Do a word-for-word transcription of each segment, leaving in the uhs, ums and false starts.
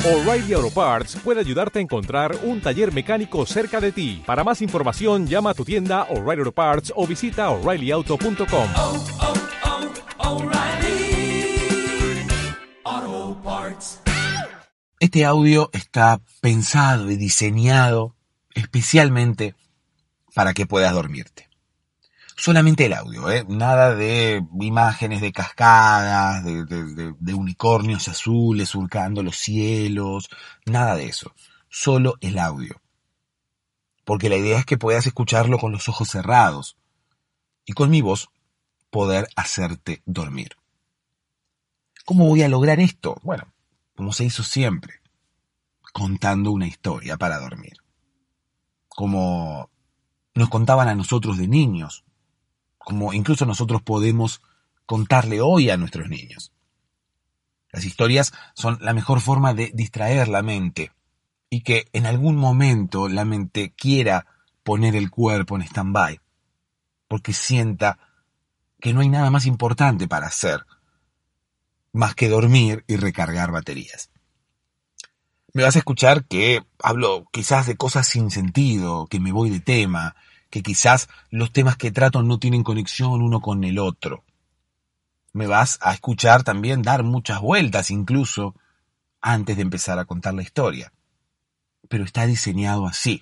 O'Reilly Auto Parts puede ayudarte a encontrar un taller mecánico cerca de ti. Para más información, llama a tu tienda O'Reilly Auto Parts o visita O'Reilly Auto punto com. Oh, oh, oh, O'Reilly Auto Parts. Este audio está pensado y diseñado especialmente para que puedas dormirte. Solamente el audio, ¿eh? Nada de imágenes de cascadas, de, de, de, de unicornios azules surcando los cielos, nada de eso. Solo el audio. Porque la idea es que puedas escucharlo con los ojos cerrados y con mi voz poder hacerte dormir. ¿Cómo voy a lograr esto? Bueno, como se hizo siempre, contando una historia para dormir. Como nos contaban a nosotros de niños, como incluso nosotros podemos contarle hoy a nuestros niños. Las historias son la mejor forma de distraer la mente y que en algún momento la mente quiera poner el cuerpo en stand-by, porque sienta que no hay nada más importante para hacer más que dormir y recargar baterías. Me vas a escuchar que hablo quizás de cosas sin sentido, que me voy de tema, que quizás los temas que trato no tienen conexión uno con el otro. Me vas a escuchar también dar muchas vueltas incluso antes de empezar a contar la historia. Pero está diseñado así.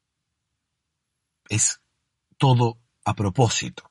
Es todo a propósito.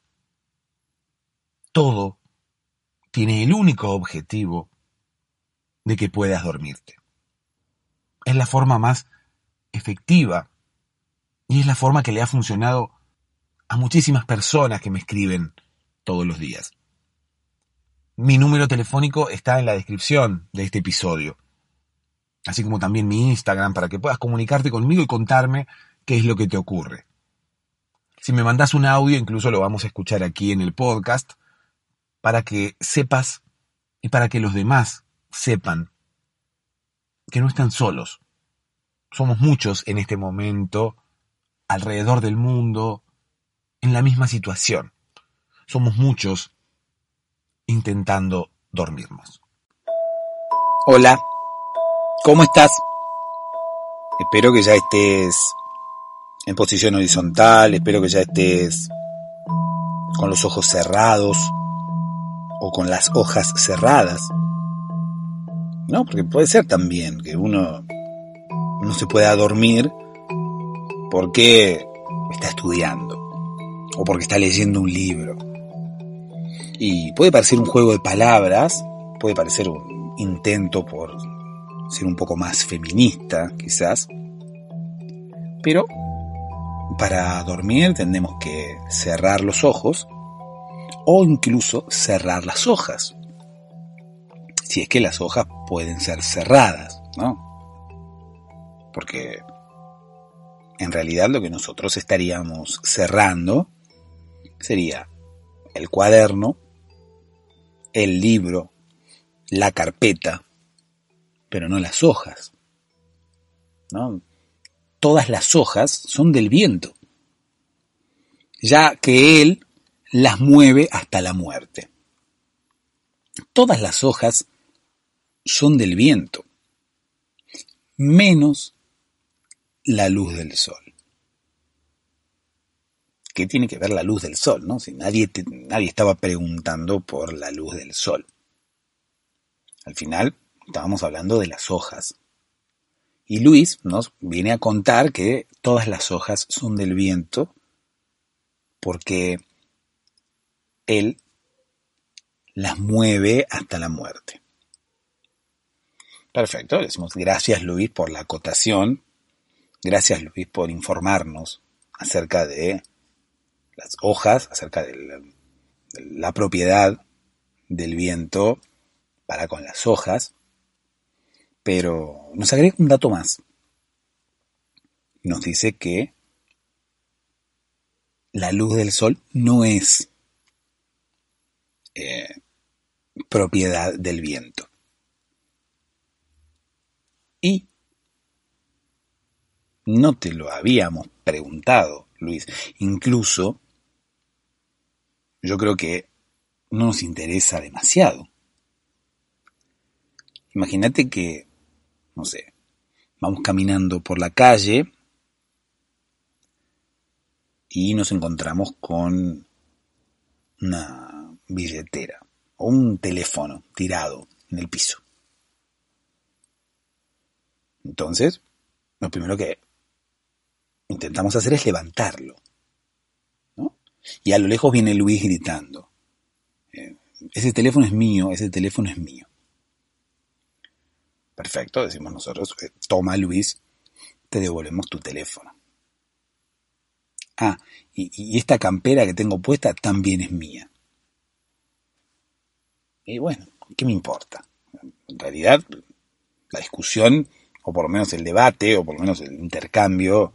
Todo tiene el único objetivo de que puedas dormirte. Es la forma más efectiva y es la forma que le ha funcionado a muchísimas personas que me escriben todos los días. Mi número telefónico está en la descripción de este episodio, así como también mi Instagram, para que puedas comunicarte conmigo y contarme qué es lo que te ocurre. Si me mandas un audio, incluso lo vamos a escuchar aquí en el podcast, para que sepas y para que los demás sepan que no están solos. Somos muchos en este momento, alrededor del mundo, en la misma situación. Somos muchos intentando dormirnos. Hola, ¿cómo estás? Espero que ya estés en posición horizontal, espero que ya estés con los ojos cerrados o con las hojas cerradas. No, porque puede ser también que uno no se pueda dormir porque está estudiando o porque está leyendo un libro. Y puede parecer un juego de palabras, puede parecer un intento por ser un poco más feminista, quizás. Pero para dormir tenemos que cerrar los ojos o incluso cerrar las hojas. Si es que las hojas pueden ser cerradas, ¿no? Porque en realidad lo que nosotros estaríamos cerrando sería el cuaderno, el libro, la carpeta, pero no las hojas, ¿no? Todas las hojas son del viento, ya que él las mueve hasta la muerte. Todas las hojas son del viento, menos la luz del sol. ¿Qué tiene que ver la luz del sol, no? Si nadie, te, nadie estaba preguntando por la luz del sol. Al final estábamos hablando de las hojas. Y Luis nos viene a contar que todas las hojas son del viento porque él las mueve hasta la muerte. Perfecto, le decimos gracias Luis por la acotación, gracias Luis por informarnos acerca de las hojas, acerca de la, de la propiedad del viento para con las hojas, pero nos agrega un dato más. Nos dice que la luz del sol no es eh, propiedad del viento. Y no te lo habíamos preguntado, Luis. Incluso yo creo que no nos interesa demasiado. Imagínate que no sé, vamos caminando por la calle y nos encontramos con una billetera o un teléfono tirado en el piso. Entonces, lo primero que intentamos hacer es levantarlo, ¿no? Y a lo lejos viene Luis gritando, eh, ese teléfono es mío, ese teléfono es mío. Perfecto, decimos nosotros, eh, toma Luis, te devolvemos tu teléfono. Ah, y, y esta campera que tengo puesta también es mía. Y bueno, ¿qué me importa? En realidad, la discusión, o por lo menos el debate, o por lo menos el intercambio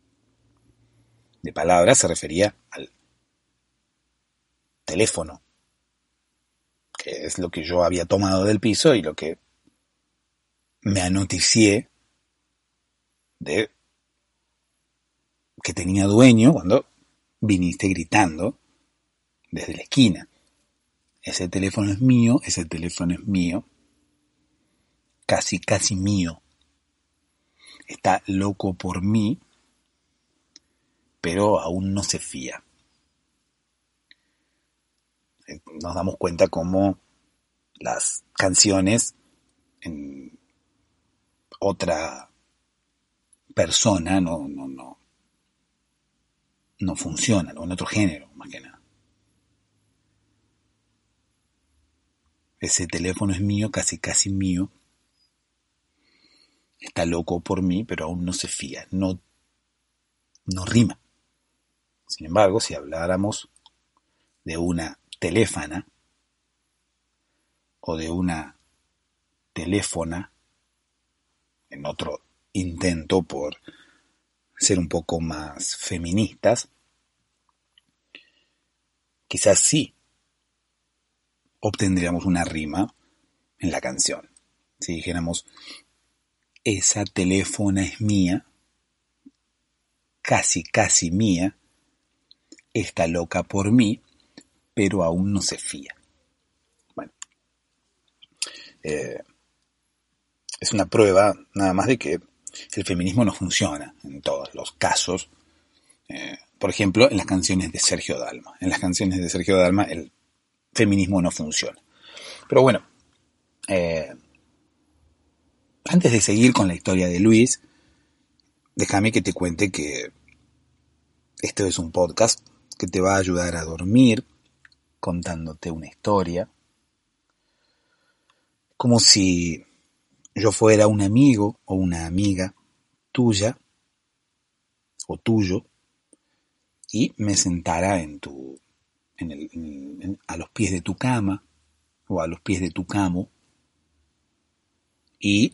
de palabras se refería al teléfono, que es lo que yo había tomado del piso y lo que me anoticié de que tenía dueño cuando viniste gritando desde la esquina. Ese teléfono es mío, ese teléfono es mío, casi, casi mío. Está loco por mí, pero aún no se fía. Nos damos cuenta cómo las canciones en otra persona no, no, no, no funcionan, o en otro género, más que nada. Ese teléfono es mío, casi, casi mío. Está loco por mí, pero aún no se fía, no, no rima. Sin embargo, si habláramos de una teléfona o de una teléfona, en otro intento por ser un poco más feministas, quizás sí obtendríamos una rima en la canción. Si dijéramos, esa teléfona es mía, casi, casi mía, está loca por mí, pero aún no se fía. Bueno, eh, es una prueba nada más de que el feminismo no funciona en todos los casos. Eh, por ejemplo, en las canciones de Sergio Dalma. En las canciones de Sergio Dalma el feminismo no funciona. Pero bueno, eh, antes de seguir con la historia de Luis, déjame que te cuente que este es un podcast que te va a ayudar a dormir contándote una historia, como si yo fuera un amigo o una amiga tuya o tuyo y me sentara en tu, en el, en, en, a los pies de tu cama o a los pies de tu camo y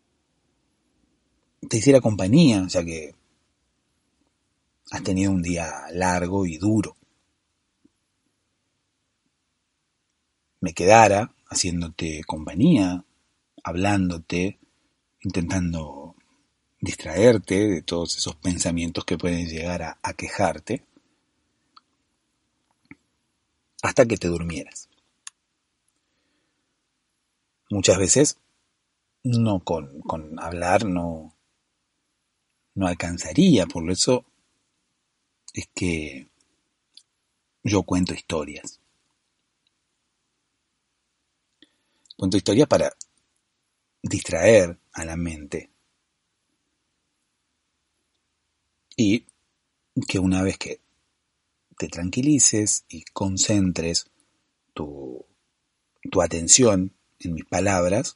te hiciera compañía, ya que has tenido un día largo y duro. Me quedara haciéndote compañía, hablándote, intentando distraerte de todos esos pensamientos que pueden llegar a, a quejarte, hasta que te durmieras. Muchas veces, no con, con hablar no, no alcanzaría, por eso es que yo cuento historias. Cuento historias para distraer a la mente y que una vez que te tranquilices y concentres tu, tu atención en mis palabras,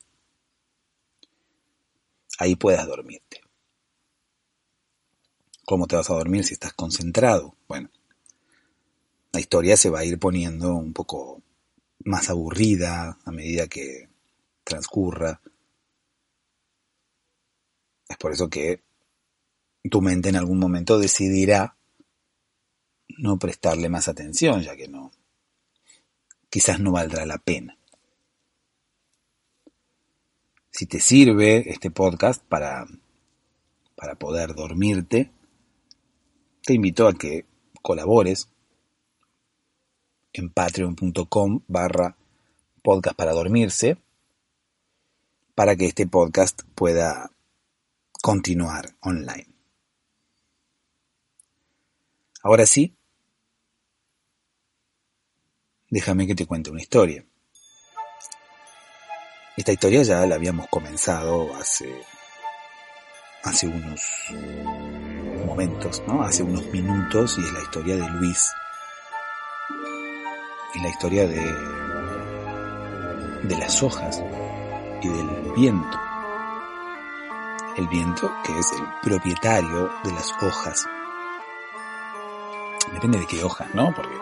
ahí puedas dormirte. ¿Cómo te vas a dormir si estás concentrado? Bueno, la historia se va a ir poniendo un poco más aburrida a medida que transcurra. Es por eso que tu mente en algún momento decidirá no prestarle más atención, ya que no, quizás no valdrá la pena. Si te sirve este podcast para, para poder dormirte, te invito a que colabores en patreon punto com barra podcast para dormirse para que este podcast pueda continuar online. Ahora sí, déjame que te cuente una historia. Esta historia ya la habíamos comenzado hace, hace unos momentos, ¿no? Hace unos minutos, y es la historia de Luis. Es la historia de, de las hojas y del viento. El viento, que es el propietario de las hojas. Depende de qué hojas, ¿no? Porque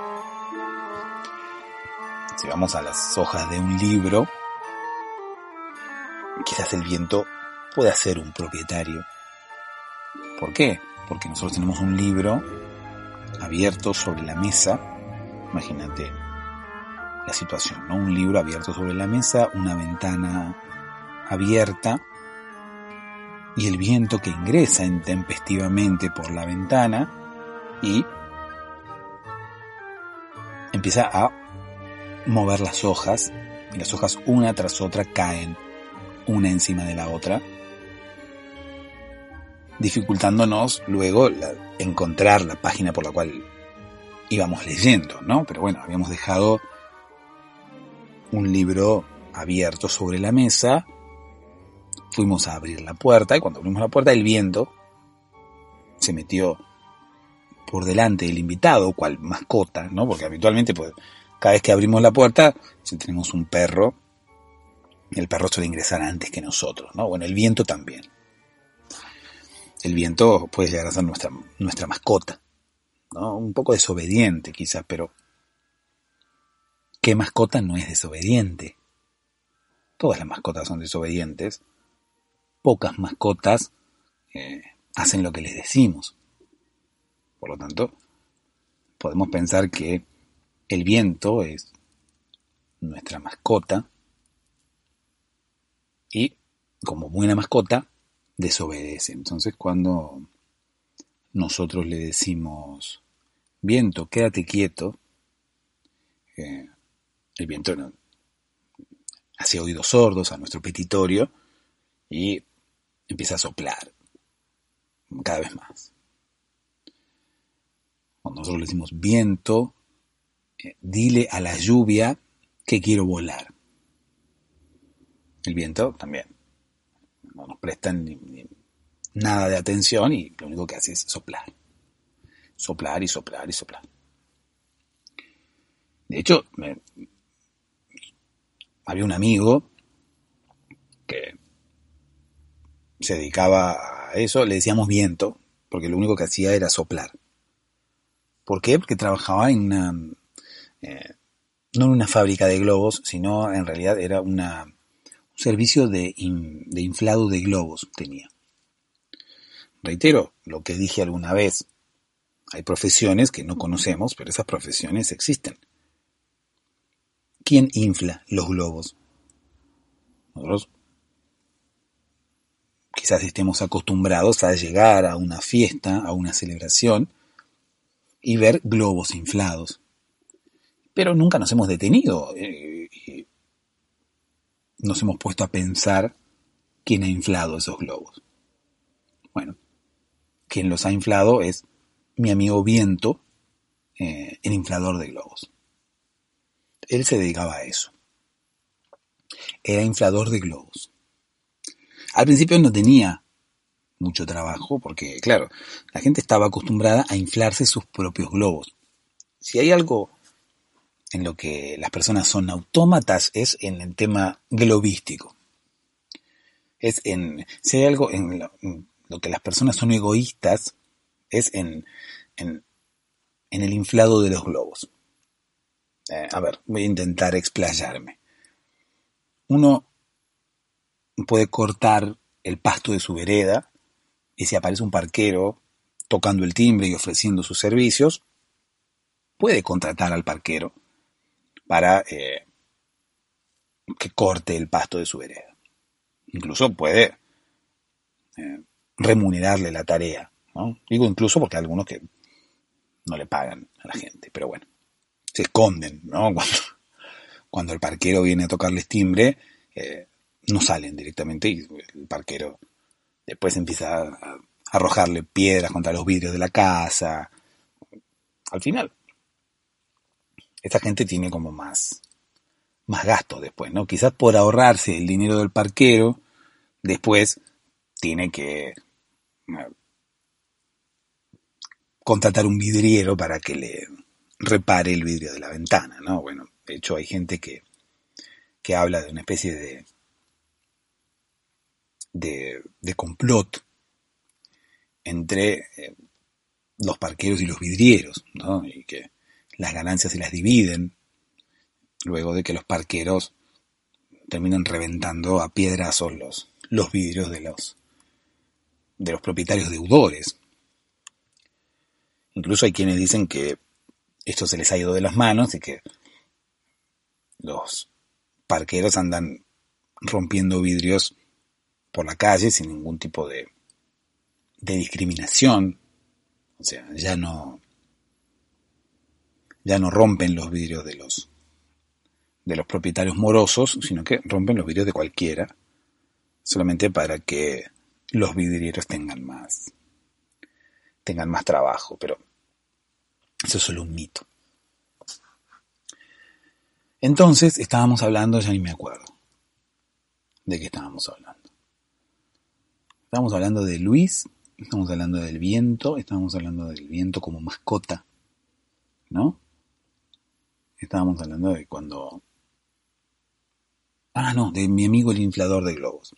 si vamos a las hojas de un libro, quizás el viento pueda ser un propietario. ¿Por qué? Porque nosotros tenemos un libro abierto sobre la mesa. Imagínate la situación, ¿no? Un libro abierto sobre la mesa, una ventana abierta y el viento que ingresa intempestivamente por la ventana y empieza a mover las hojas, y las hojas una tras otra caen una encima de la otra, dificultándonos luego la, encontrar la página por la cual íbamos leyendo, ¿no? Pero bueno, habíamos dejado un libro abierto sobre la mesa, fuimos a abrir la puerta, y cuando abrimos la puerta el viento se metió por delante del invitado, cual mascota, ¿no? Porque habitualmente, pues, cada vez que abrimos la puerta, si tenemos un perro, el perro suele ingresar antes que nosotros, ¿no? Bueno, el viento también. El viento puede llegar a ser nuestra, nuestra mascota, ¿no? Un poco desobediente quizás, pero ¿qué mascota no es desobediente? Todas las mascotas son desobedientes. Pocas mascotas eh, hacen lo que les decimos. Por lo tanto, podemos pensar que el viento es nuestra mascota y, como buena mascota, desobedece. Entonces, cuando nosotros le decimos, viento, quédate quieto, eh, el viento no, hace oídos sordos a nuestro petitorio y empieza a soplar cada vez más. Cuando nosotros le decimos, viento, eh, dile a la lluvia que quiero volar. El viento también no nos presta ni, ni nada de atención y lo único que hace es soplar. Soplar y soplar y soplar. De hecho, me, había un amigo que se dedicaba a eso, le decíamos viento, porque lo único que hacía era soplar. ¿Por qué? Porque trabajaba en una, eh, no en una fábrica de globos, sino en realidad era una, un servicio de, in, de inflado de globos tenía. Reitero lo que dije alguna vez, hay profesiones que no conocemos, pero esas profesiones existen. ¿Quién infla los globos? Nosotros quizás estemos acostumbrados a llegar a una fiesta, a una celebración, y ver globos inflados. Pero nunca nos hemos detenido. Eh, y nos hemos puesto a pensar quién ha inflado esos globos. Bueno, quien los ha inflado es mi amigo Viento, eh, el inflador de globos. Él se dedicaba a eso. Era inflador de globos. Al principio no tenía mucho trabajo porque, claro, la gente estaba acostumbrada a inflarse sus propios globos. Si hay algo en lo que las personas son autómatas es en el tema globístico. Es en, si hay algo en lo, en lo que las personas son egoístas es en, en, en el inflado de los globos. Eh, a ver, voy a intentar explayarme. Uno puede cortar el pasto de su vereda y si aparece un parquero tocando el timbre y ofreciendo sus servicios, puede contratar al parquero para eh, que corte el pasto de su vereda. Incluso puede eh, remunerarle la tarea, ¿no? Digo incluso porque hay algunos que no le pagan a la gente, pero bueno, se esconden, ¿no? Cuando, cuando el parquero viene a tocarles timbre, eh, no salen directamente y el parquero después empieza a arrojarle piedras contra los vidrios de la casa. Al final, esta gente tiene como más, más gasto después, ¿no? Quizás por ahorrarse el dinero del parquero, después tiene que contratar un vidriero para que le repare el vidrio de la ventana, ¿no? Bueno, de hecho hay gente que, que habla de una especie de, de, de complot entre eh, los parqueros y los vidrieros, ¿no? Y que las ganancias se las dividen luego de que los parqueros terminan reventando a piedrazos los, los vidrios de los, de los propietarios deudores. Incluso hay quienes dicen que esto se les ha ido de las manos y que los parqueros andan rompiendo vidrios por la calle sin ningún tipo de, de discriminación. O sea, ya no ya no rompen los vidrios de los de los propietarios morosos, sino que rompen los vidrios de cualquiera, solamente para que los vidrieros tengan más tengan más trabajo, pero eso es solo un mito. Entonces, estábamos hablando, ya ni me acuerdo de qué estábamos hablando. Estábamos hablando de Luis, estamos hablando del viento, estábamos hablando del viento como mascota, ¿no? Estábamos hablando de cuando... Ah, no, de mi amigo el inflador de globos.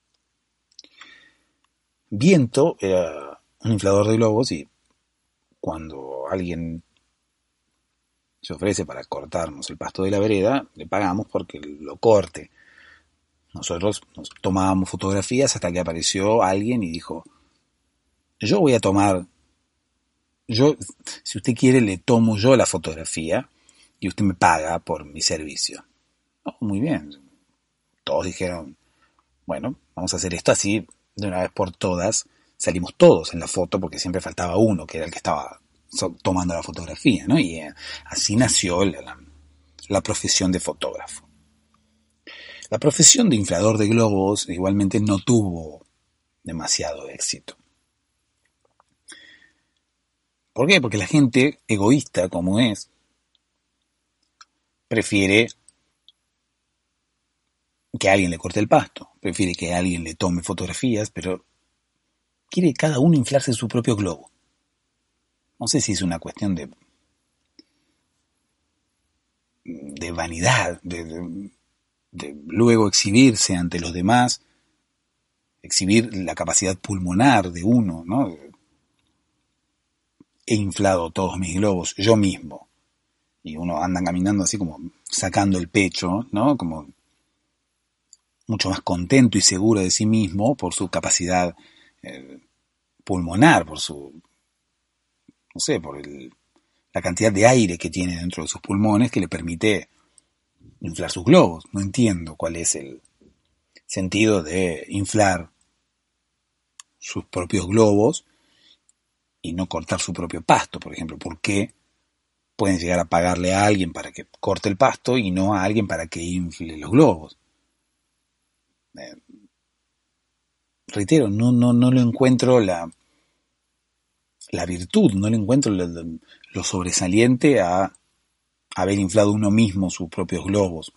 Viento era un inflador de globos y cuando alguien se ofrece para cortarnos el pasto de la vereda, le pagamos porque lo corte. Nosotros nos tomábamos fotografías hasta que apareció alguien y dijo, yo voy a tomar, yo, si usted quiere le tomo yo la fotografía y usted me paga por mi servicio. Oh, muy bien. Todos dijeron, bueno, vamos a hacer esto así, de una vez por todas. Salimos todos en la foto porque siempre faltaba uno, que era el que estaba tomando la fotografía, ¿no? Y eh, así nació la, la, la profesión de fotógrafo. La profesión de inflador de globos igualmente no tuvo demasiado éxito. ¿Por qué? Porque la gente egoísta como es, prefiere que alguien le corte el pasto, prefiere que alguien le tome fotografías, pero quiere cada uno inflarse su propio globo. No sé si es una cuestión de de vanidad, de, de, de luego exhibirse ante los demás, exhibir la capacidad pulmonar de uno, ¿no? He inflado todos mis globos yo mismo. Y uno anda caminando así como sacando el pecho, ¿no? Como mucho más contento y seguro de sí mismo por su capacidad eh, pulmonar, por su, no sé, por el, la cantidad de aire que tiene dentro de sus pulmones que le permite inflar sus globos. No entiendo cuál es el sentido de inflar sus propios globos y no cortar su propio pasto, por ejemplo. ¿Por qué pueden llegar a pagarle a alguien para que corte el pasto y no a alguien para que infle los globos? Eh, reitero, no, no, no lo encuentro la, la virtud, no le encuentro lo, lo sobresaliente a haber inflado uno mismo sus propios globos.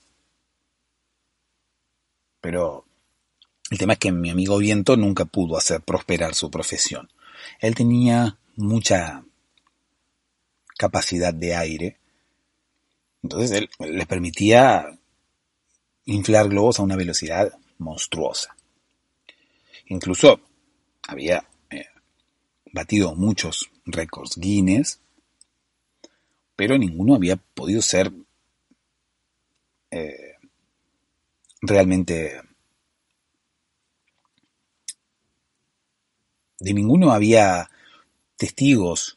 Pero el tema es que mi amigo Viento nunca pudo hacer prosperar su profesión. Él tenía mucha capacidad de aire, entonces él les permitía inflar globos a una velocidad monstruosa. Incluso había eh, batido muchos récords Guinness, pero ninguno había podido ser eh, realmente... De ninguno había testigos.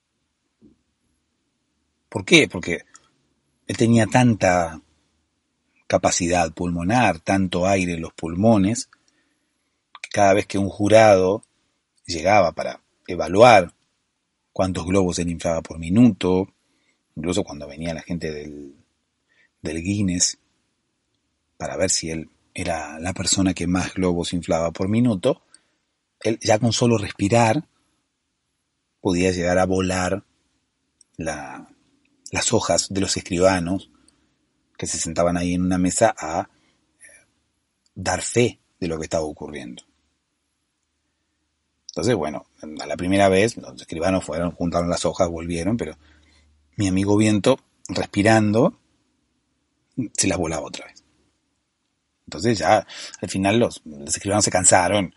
¿Por qué? Porque él tenía tanta capacidad pulmonar, tanto aire en los pulmones, que cada vez que un jurado llegaba para evaluar cuántos globos él inflaba por minuto, incluso cuando venía la gente del, del Guinness para ver si él era la persona que más globos inflaba por minuto, él ya con solo respirar podía llegar a volar la, las hojas de los escribanos que se sentaban ahí en una mesa a dar fe de lo que estaba ocurriendo. Entonces, bueno, a la primera vez los escribanos fueron, juntaron las hojas, volvieron, pero mi amigo Viento, respirando, se las volaba otra vez. Entonces ya, al final los, los escribanos se cansaron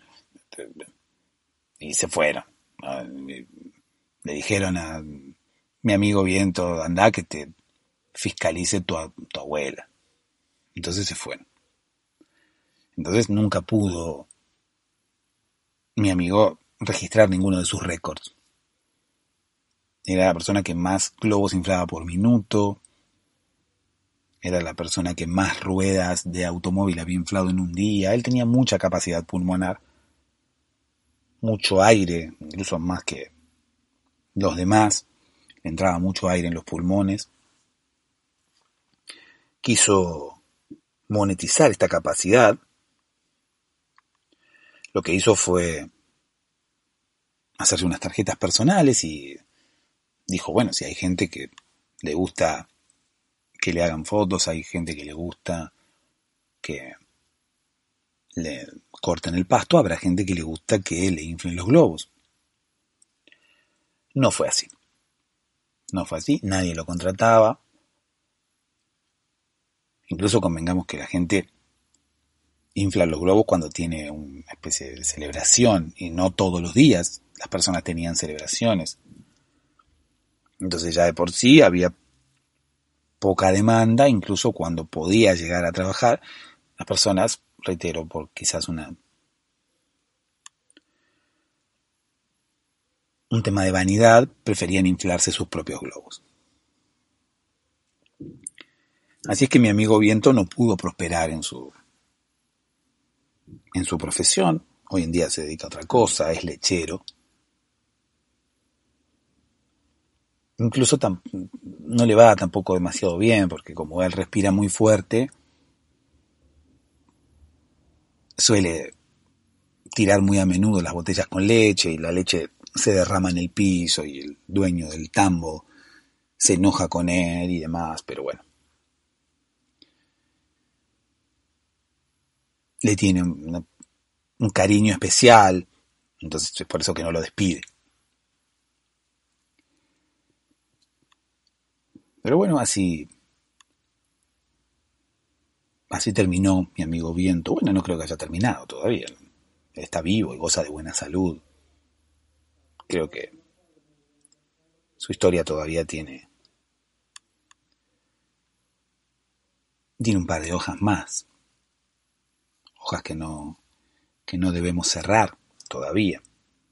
y se fueron. Le dijeron a mi amigo Viento, anda que te fiscalice tu, tu abuela. Entonces se fueron. Entonces nunca pudo mi amigo registrar ninguno de sus récords. Era la persona que más globos inflaba por minuto. Era la persona que más ruedas de automóvil había inflado en un día. Él tenía mucha capacidad pulmonar, mucho aire, incluso más que los demás. Le entraba mucho aire en los pulmones. Quiso monetizar esta capacidad. Lo que hizo fue hacerse unas tarjetas personales y dijo, bueno, si hay gente que le gusta que le hagan fotos, hay gente que le gusta que le corten el pasto, habrá gente que le gusta que le inflen los globos. No fue así. No fue así, nadie lo contrataba. Incluso convengamos que la gente infla los globos cuando tiene una especie de celebración, y no todos los días las personas tenían celebraciones. Entonces ya de por sí había poca demanda, incluso cuando podía llegar a trabajar, las personas, reitero, por quizás una un tema de vanidad, preferían inflarse sus propios globos. Así es que mi amigo Viento no pudo prosperar en su en su profesión. Hoy en día se dedica a otra cosa, es lechero. Incluso tam- no le va tampoco demasiado bien, porque como él respira muy fuerte, suele tirar muy a menudo las botellas con leche, y la leche se derrama en el piso, y el dueño del tambo se enoja con él y demás, pero bueno. Le tiene una, un cariño especial, entonces es por eso que no lo despide. Pero bueno, así así terminó mi amigo Viento. Bueno, no creo que haya terminado todavía. Está vivo y goza de buena salud. Creo que su historia todavía tiene tiene un par de hojas más. Hojas que no que no debemos cerrar todavía.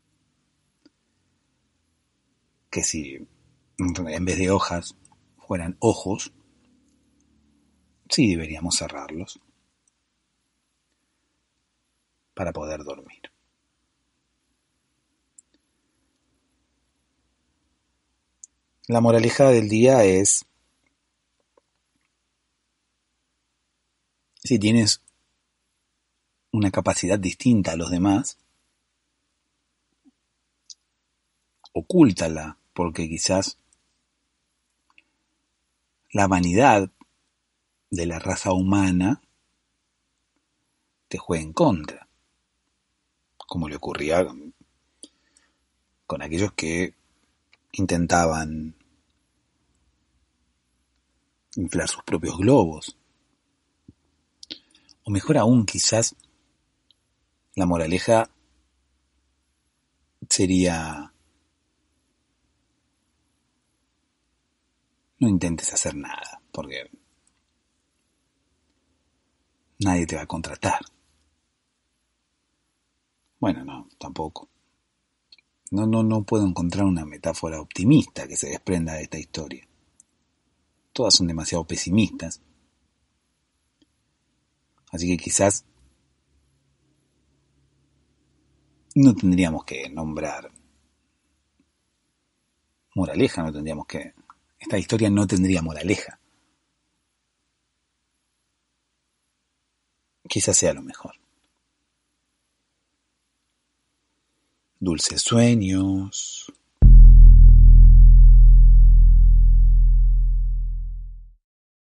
Que si en vez de hojas fueran ojos, sí deberíamos cerrarlos para poder dormir. La moraleja del día es: si tienes una capacidad distinta a los demás, ocúltala, porque quizás la vanidad de la raza humana te juegue en contra, como le ocurría con aquellos que intentaban inflar sus propios globos. O mejor aún, quizás la moraleja sería: no intentes hacer nada, porque nadie te va a contratar. Bueno, no, tampoco. No, no, no puedo encontrar una metáfora optimista que se desprenda de esta historia. Todas son demasiado pesimistas. Así que quizás no tendríamos que nombrar moraleja, no tendríamos que... Esta historia no tendría moraleja. quizás sea lo mejor. Dulces sueños.